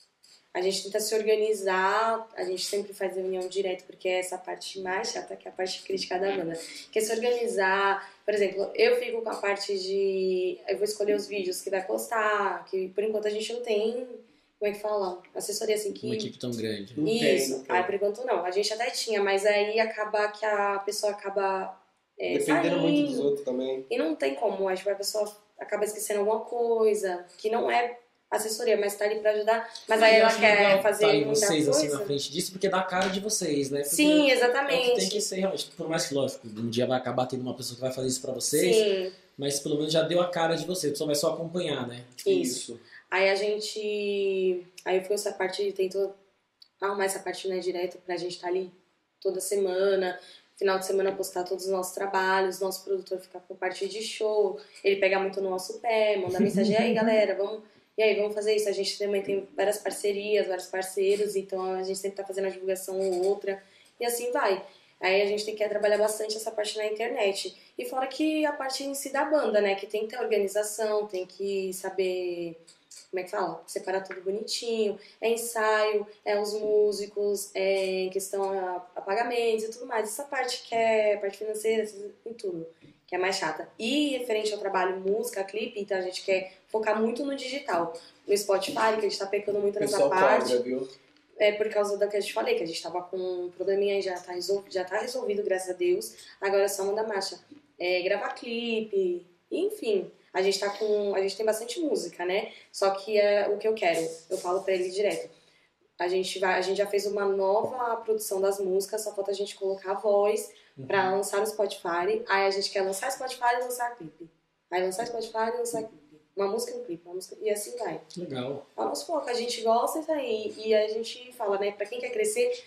A gente tenta se organizar, a gente sempre faz reunião direto, porque é essa parte mais chata, que é a parte crítica da banda. Que é se organizar. Por exemplo, eu fico com a parte de... Eu vou escolher os vídeos que vai postar, que por enquanto a gente não tem... Como é que fala? Assessoria assim que... Uma equipe tão grande. Isso. Aí por enquanto não. A gente até tinha, mas aí acaba que a pessoa acaba dependendo saindo, muito dos outros também. E não tem como. Acho que a pessoa acaba esquecendo alguma coisa, que não é assessoria, mas tá ali pra ajudar. Mas aí ela quer fazer tá aí muita vocês coisa. assim na frente disso, porque dá a cara de vocês, né? Porque Sim, é exatamente. o que tem que ser realmente. Por mais que, lógico, um dia vai acabar tendo uma pessoa que vai fazer isso pra vocês, Sim. mas pelo menos já deu a cara de vocês, a pessoa vai só acompanhar, né? Isso. Aí a gente... Aí foi essa parte, tentou arrumar essa parte, né, direto pra gente estar ali toda semana, final de semana postar todos os nossos trabalhos, nosso produtor ficar com parte de show, ele pega muito no nosso pé, manda mensagem, e aí galera, vamos fazer isso. A gente também tem várias parcerias, vários parceiros, então a gente sempre tá fazendo a divulgação ou outra, e assim vai. Aí a gente tem que trabalhar bastante essa parte na internet. E fora que a parte em si da banda, né, que tem que ter organização, tem que saber... Como é que fala? Separar tudo bonitinho. É ensaio, é os músicos, é em questão a pagamentos e tudo mais. Essa parte que é parte financeira e tudo, que é mais chata. E referente ao trabalho música, clipe, então a gente quer focar muito no digital. No Spotify, que a gente tá pecando muito nessa parte. Cobra, viu? É por causa da que a gente falei, que a gente tava com um probleminha e já tá resolvido, graças a Deus. Agora é só mandar marcha. Gravar clipe, enfim... A gente tem bastante música, né? Só que é o que eu quero. Eu falo pra ele direto. A gente já fez uma nova produção das músicas, só falta a gente colocar a voz pra lançar no Spotify. Aí a gente quer lançar Spotify e lançar clipe. Aí lançar Spotify e lançar clipe. Uma música e um clipe, e assim vai. Legal. É o nosso foco, a gente gosta disso aí. E a gente fala, né? Pra quem quer crescer,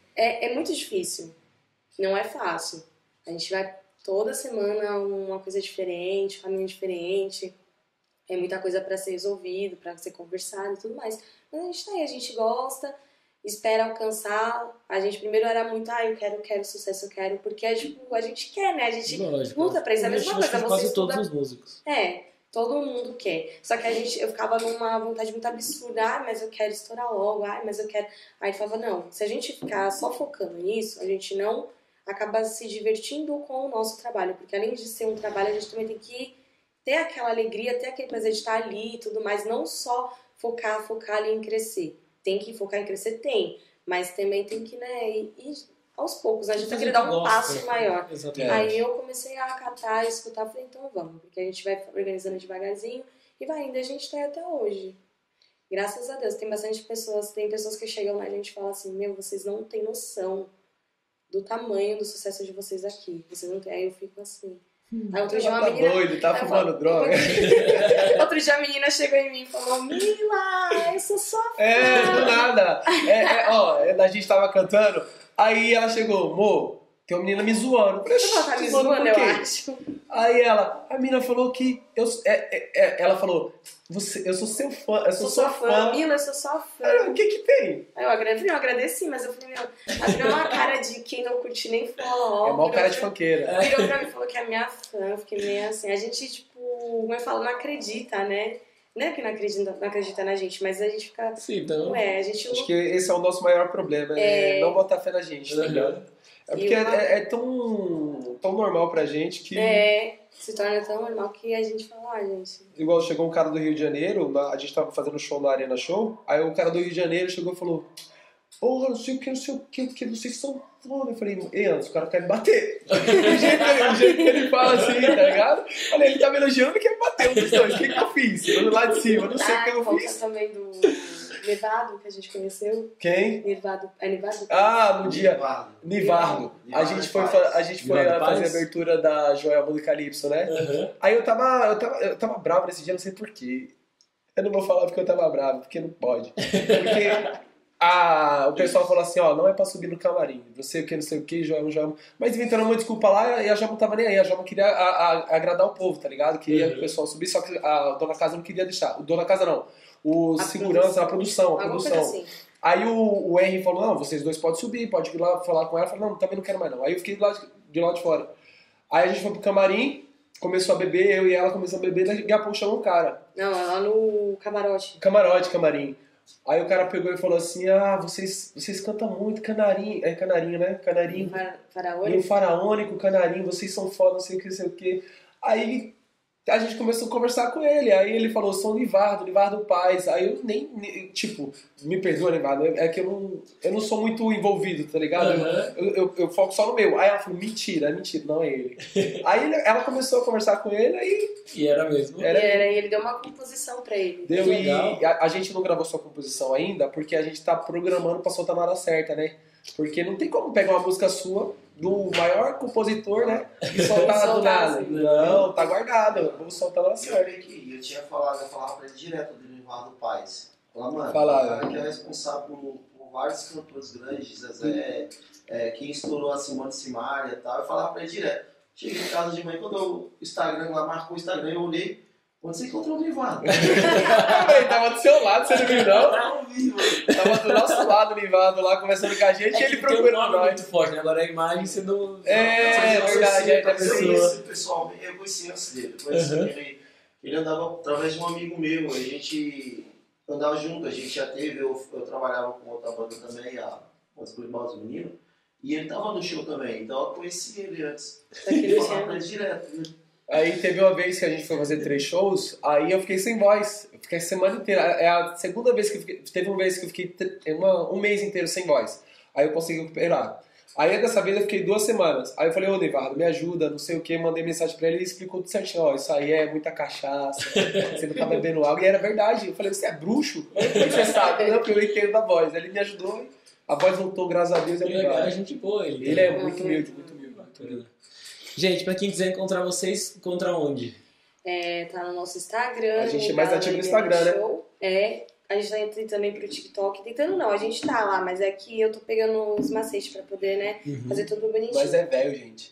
é muito difícil. Não é fácil. A gente vai... Toda semana uma coisa diferente, um caminho diferente. É muita coisa para ser resolvido, para ser conversado e tudo mais. Mas a gente tá aí, a gente gosta, espera alcançar. A gente primeiro era muito, eu quero sucesso, eu quero, porque tipo, a gente quer, né? A gente luta pra isso. É a mesma coisa. Você quase estuda... todos os músicos. Todo mundo quer. Só que eu ficava numa vontade muito absurda. Mas eu quero estourar logo. Mas eu quero... Aí eu falava, não, se a gente ficar só focando nisso, a gente não... acaba se divertindo com o nosso trabalho, porque além de ser um trabalho, a gente também tem que ter aquela alegria, ter aquele prazer de estar ali e tudo mais, não só focar ali em crescer. Tem que focar em crescer? Tem, mas também tem que, né, ir aos poucos, a gente tem que dar um passo maior. Exatamente. Aí eu comecei a acatar, escutar, falei, então vamos, porque a gente vai organizando devagarzinho e vai indo, a gente tá até hoje. Graças a Deus, tem bastante pessoas, que chegam lá e a gente fala assim, vocês não têm noção do tamanho do sucesso de vocês aqui. Vocês não têm. Aí eu fico assim. Aí outro dia uma menina... doido, tá fumando droga. Outro dia a menina chegou em mim e falou, Mila, eu sou sua fã. Do nada. A gente tava cantando, aí ela chegou, Mo, tem uma menina me zoando. Ela tá me zoando, eu acho. Aí a menina falou que... ela falou, eu sou seu fã, eu sou sua fã. Mila, eu sou sua fã. O que tem? Aí eu agradeci, mas eu falei, abriu uma cara de quem não curte nem falou. É mal cara de funkeira. Virou pra mim e falou que é minha fã, eu fiquei meio assim. A gente, tipo, como eu falo, não acredita, né? Não é que não acredita na gente, mas a gente fica... Sim, então... a gente... Acho que esse é o nosso maior problema, não botar fé na gente, tá ligado? É porque é tão normal pra gente que... se torna tão normal que a gente fala, gente... Igual chegou um cara do Rio de Janeiro, a gente tava fazendo show na Arena Show, aí o cara do Rio de Janeiro chegou e falou, porra, não sei o que, vocês são foda. Eu falei, ei, Anderson, o cara quer me bater. O jeito que ele fala assim, tá ligado? Eu falei, ele tá me elogiando e quer me bater, um dos dois. O que eu fiz? Eu lá de cima, eu não sei o que eu fiz. Também do Nevado, que a gente conheceu. Quem? Nevado. É Nevado? Ah, no dia... Nivardo. A gente foi fazer a abertura da Joelma do Calypso, né? Uhum. Aí eu tava bravo nesse dia, não sei porquê. Eu não vou falar porque eu tava bravo, porque não pode. Porque o pessoal falou assim, ó, não é pra subir no camarim. Você o que, não sei o que, Joelma. Mas inventando uma desculpa lá e a Joelma não tava nem aí. A Joelma queria agradar o povo, tá ligado? Queria que o pessoal subisse, só que a dona casa não queria deixar. O dona casa não. O segurança, a produção. Assim. Aí o Henry falou, não, vocês dois podem subir, pode ir lá falar com ela. Eu falei, não, também não quero mais não. Aí eu fiquei de lá de fora. Aí a gente foi pro camarim, começou a beber, eu e ela começamos a beber, daqui a pouco chamou um cara. Não, lá no camarote. Camarim. Aí o cara pegou e falou assim, vocês cantam muito, canarinho, né? Canarinho. Faraônico. E o faraônico, canarinho, vocês são foda, não sei o que. Aí a gente começou a conversar com ele, aí ele falou, sou o Nivardo Paz. Aí eu nem me perdoa, Nivardo, é que eu não sou muito envolvido, tá ligado? Uhum. Eu foco só no meu. Aí ela falou, mentira, não é ele. Aí ela começou a conversar com ele, aí... E era mesmo. E ele deu uma composição pra ele. Deu, e a gente não gravou sua composição ainda, porque a gente tá programando pra soltar na hora certa, né? Porque não tem como pegar uma música sua do maior compositor, né? E soltar do nada. Não, tá guardado. Vamos soltar na hora certa. Eu tinha falado, eu falava pra ele direto do Nivardo Paz. Falar, mano, o cara que é responsável por vários cantores grandes, Zezé, quem estourou a Simone Simaria e tal, eu falava pra ele direto. Cheguei em casa de manhã, quando o Instagram lá marcou o Instagram, eu olhei, onde você encontrou o Nivardo? Ele tava do seu lado, você não viu não? Tava do nosso lado o Nivardo lá, conversando com a gente, e ele procurou nós. Muito forte, né? Agora a imagem você não... Pessoal, eu conheci antes dele. Ele andava através de um amigo meu, a gente andava junto, a gente já teve, eu trabalhava com outra banda também, os Irmãos Meninos, e ele tava no show também, então eu conheci ele antes. Eu falava pra ele direto, né? Aí teve uma vez que a gente foi fazer 3 shows, aí eu fiquei sem voz. Eu fiquei a semana inteira. É a segunda vez que eu fiquei. Teve uma vez que eu fiquei um mês inteiro sem voz. Aí eu consegui recuperar. Aí dessa vez eu fiquei 2 semanas. Aí eu falei, ô Nivardo, me ajuda, não sei o que. Mandei mensagem pra ele e ele explicou tudo certinho. Ó, isso aí é muita cachaça, você não tá bebendo água. E era verdade. Eu falei, você é bruxo? Como você sabe? Não, porque eu entendo da voz. Aí ele me ajudou, a voz voltou, graças a Deus. É gente boa. Ele é muito humilde, muito humilde. Gente, pra quem quiser encontrar vocês, encontra onde? Tá no nosso Instagram. A gente é mais ativo no Instagram, né? A gente tá entrando também pro TikTok. Tentando não, a gente tá lá, mas é que eu tô pegando os macetes pra poder, né, fazer tudo bonitinho. Mas é velho, gente.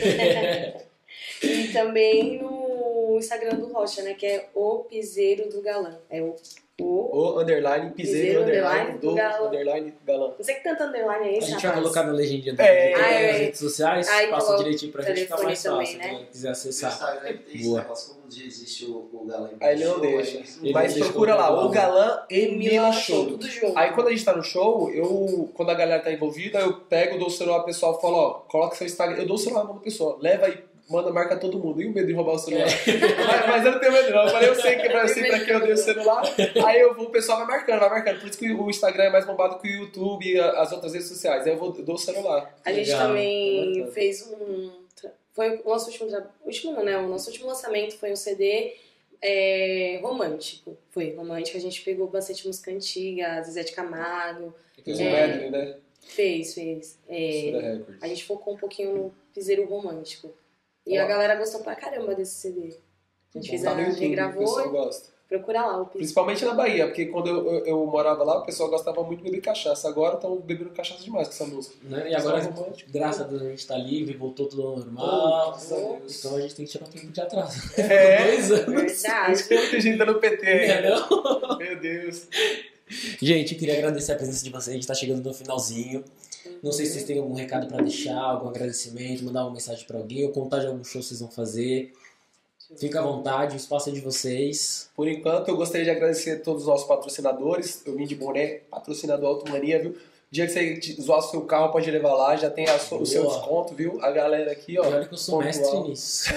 E também no Instagram do Rocha, né, que é o Piseiro do Galã. É o underline, piseiro, underline, do underline, galã. Você que canta underline aí, a gente vai colocar na legendinha nas redes sociais, passa direitinho pra gente ficar mais também, fácil, né? Quem quiser acessar. No Instagram tem esse negócio, como existe o Galã. Aí ele não deixa. Mas procura lá, o Galã e Mila Show. Tudo junto. Aí quando a gente tá no show, quando a galera tá envolvida, eu pego, dou o celular pro pessoal e falo, ó, coloca seu Instagram. Eu dou o celular na mão da pessoa, leva aí. Manda, marca todo mundo. E o medo de roubar o celular? Mas eu não tenho medo não. Eu falei, eu sei pra quem eu dei o celular. Aí o pessoal vai marcando. Por isso que o Instagram é mais bombado que o YouTube e as outras redes sociais. Aí eu dou o celular. A gente também fez foi o nosso o nosso último lançamento foi um CD romântico. Foi romântico. A gente pegou bastante música antiga, Zezé de Camargo. Fez um medley, né? Fez. A gente focou um pouquinho no piseiro romântico. E a galera gostou pra caramba desse CD. A gente regravou e procura lá o piseiro. Principalmente na Bahia, porque quando eu morava lá, o pessoal gostava muito de beber cachaça. Agora estão bebendo cachaça demais com essa música. Né? E agora, graças a Deus, a gente tá livre, voltou tudo ao normal. Então a gente tem que tirar um tempo de atraso. 2 anos. Verdade. Muita gente tá no PT. Não? Meu Deus. Gente, eu queria agradecer a presença de vocês. A gente tá chegando no finalzinho. Não sei se vocês têm algum recado pra deixar, algum agradecimento, mandar uma mensagem pra alguém ou contar de algum show que vocês vão fazer. Fica à vontade, o espaço é de vocês. Por enquanto, eu gostaria de agradecer a todos os nossos patrocinadores. Eu vim de boné, patrocinador Automania, viu? dia que você zoar o seu carro, pode levar lá, já tem o seu desconto, viu? A galera aqui, ó. Olha que eu sou mestre nisso.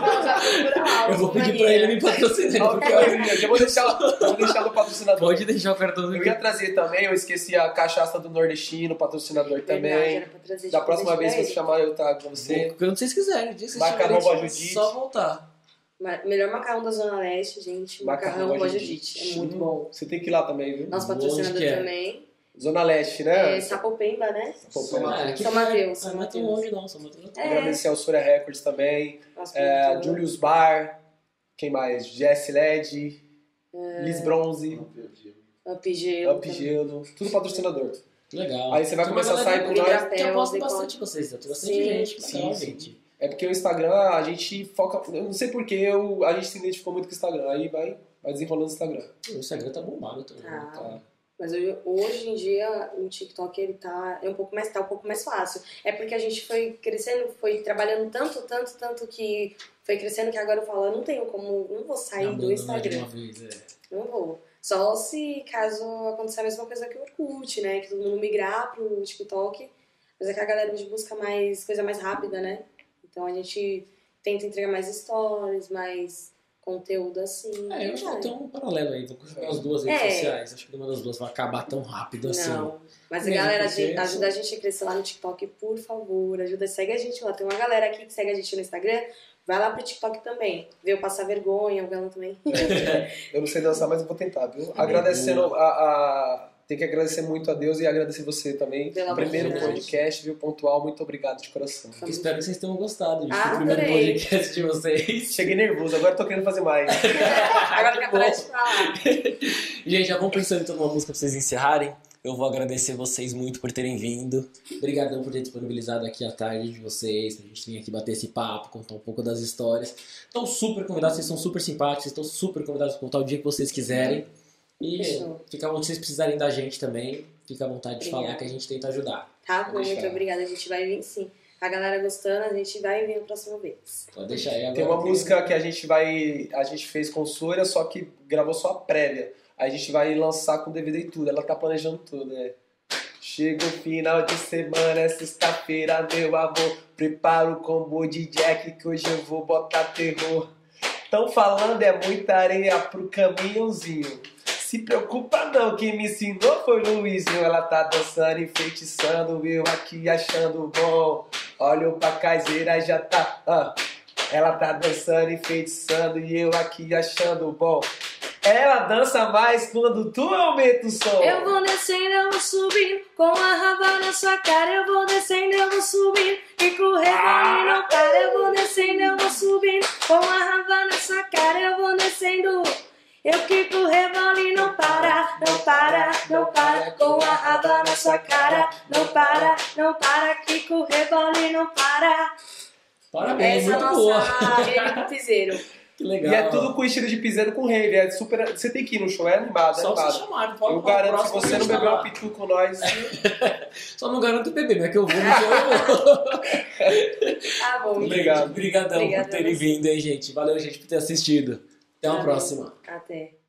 Eu vou pedir pra ele me patrocinar. Eu vou deixar no patrocinador. Pode deixar o cartão do Eu ia trazer também, eu esqueci a cachaça do nordestino, patrocinador também. Da próxima vez que você chamar, eu trago com você. Quando vocês quiserem. Macarrão com a Judite. Só voltar. Melhor macarrão da Zona Leste, gente. Macarrão com a Judite. É muito bom. Você tem que ir lá também, viu? Nosso patrocinador também. Zona Leste, né? Sapopemba, né? São Mateus. Não é tão longe, não. São Mateus. Agradecer ao Surya Records também. Julius Bar. Quem mais? Jess LED. Liz Bronze. Up Gelo. Tudo patrocinador. Legal. Aí você vai começar a sair com nós. Eu gosto bastante de vocês. Eu tenho bastante gente. Legal, gente. É porque o Instagram, a gente foca... Eu não sei porquê, a gente se identificou muito com o Instagram. Aí vai desenrolando o Instagram. O Instagram tá bombado também. Tá. Mas hoje em dia o TikTok ele tá um pouco mais fácil. É porque a gente foi crescendo, foi trabalhando tanto que foi crescendo que agora eu falo, eu não vou sair do Instagram. Não vou. Só se caso acontecer a mesma coisa que o Orkut, né? Que todo mundo migrar pro TikTok. Mas é que a galera hoje busca coisa mais rápida, né? Então a gente tenta entregar mais stories, mais conteúdo assim. Eu acho que tem um paralelo aí, vou continuar as duas redes sociais. Acho que nenhuma das duas vai acabar tão rápido assim. Não, mas a galera ajuda a gente a crescer lá no TikTok, por favor. Segue a gente lá. Tem uma galera aqui que segue a gente no Instagram. Vai lá pro TikTok também. Veio passar vergonha, o Galo também. Eu não sei dançar, mas eu vou tentar, viu? Agradecendo tem que agradecer muito a Deus e agradecer você também. O primeiro podcast, viu? Pontual, muito obrigado de coração. Espero que vocês tenham gostado do primeiro podcast de vocês. Cheguei nervoso, agora tô querendo fazer mais. Agora que aparece de falar. Gente, já vão pensando em tomar uma música pra vocês encerrarem. Eu vou agradecer vocês muito por terem vindo. Obrigadão por ter disponibilizado aqui a tarde de vocês, pra gente vir aqui bater esse papo, contar um pouco das histórias. Estão super convidados, vocês são super simpáticos, estão super convidados para contar o dia que vocês quiserem. E fica bom, se vocês precisarem da gente também, fica à vontade de falar que a gente tenta ajudar. Tá bom, muito obrigada, a gente vai vir sim. A galera gostando, a gente vai vir na próxima vez. Pode deixar aí agora. Tem uma música que a gente fez com o Surya, só que gravou só a prévia. A gente vai lançar com DVD e tudo, ela tá planejando tudo, né? Chega o final de semana, é sexta-feira, meu amor. Prepara o combo de Jack que hoje eu vou botar terror. Tão falando é muita areia pro caminhãozinho. Se preocupa não, quem me ensinou foi o Luizinho. Ela tá dançando, enfeitiçando, eu aqui achando bom. Olho pra caseira, já tá... Ela tá dançando, enfeitiçando e eu aqui achando bom. Ela dança mais quando tu aumenta o som. Eu vou descendo, eu vou subindo, com a raba na sua cara. Eu vou descendo, eu vou subindo, e com o rebote não para. Eu vou descendo, eu vou subindo, com a raba na sua cara. Eu vou descendo, eu que com o rebote não para. Não para, não para, com a raba na sua cara. Não para, não para, que com o rebote não para. Parabéns, essa muito boa. Rede do Piseiro. Que legal. E é tudo com estilo de piseiro com rave. É super... Você tem que ir no show, é animado, Só se chamar, eu garanto, se você não beber um pitu com nós... Só não garanto beber, mas é que eu vou no show, eu vou. Tá bom. Obrigado. Obrigadão por terem vindo, hein, gente. Valeu, gente, por ter assistido. Até uma próxima. Até.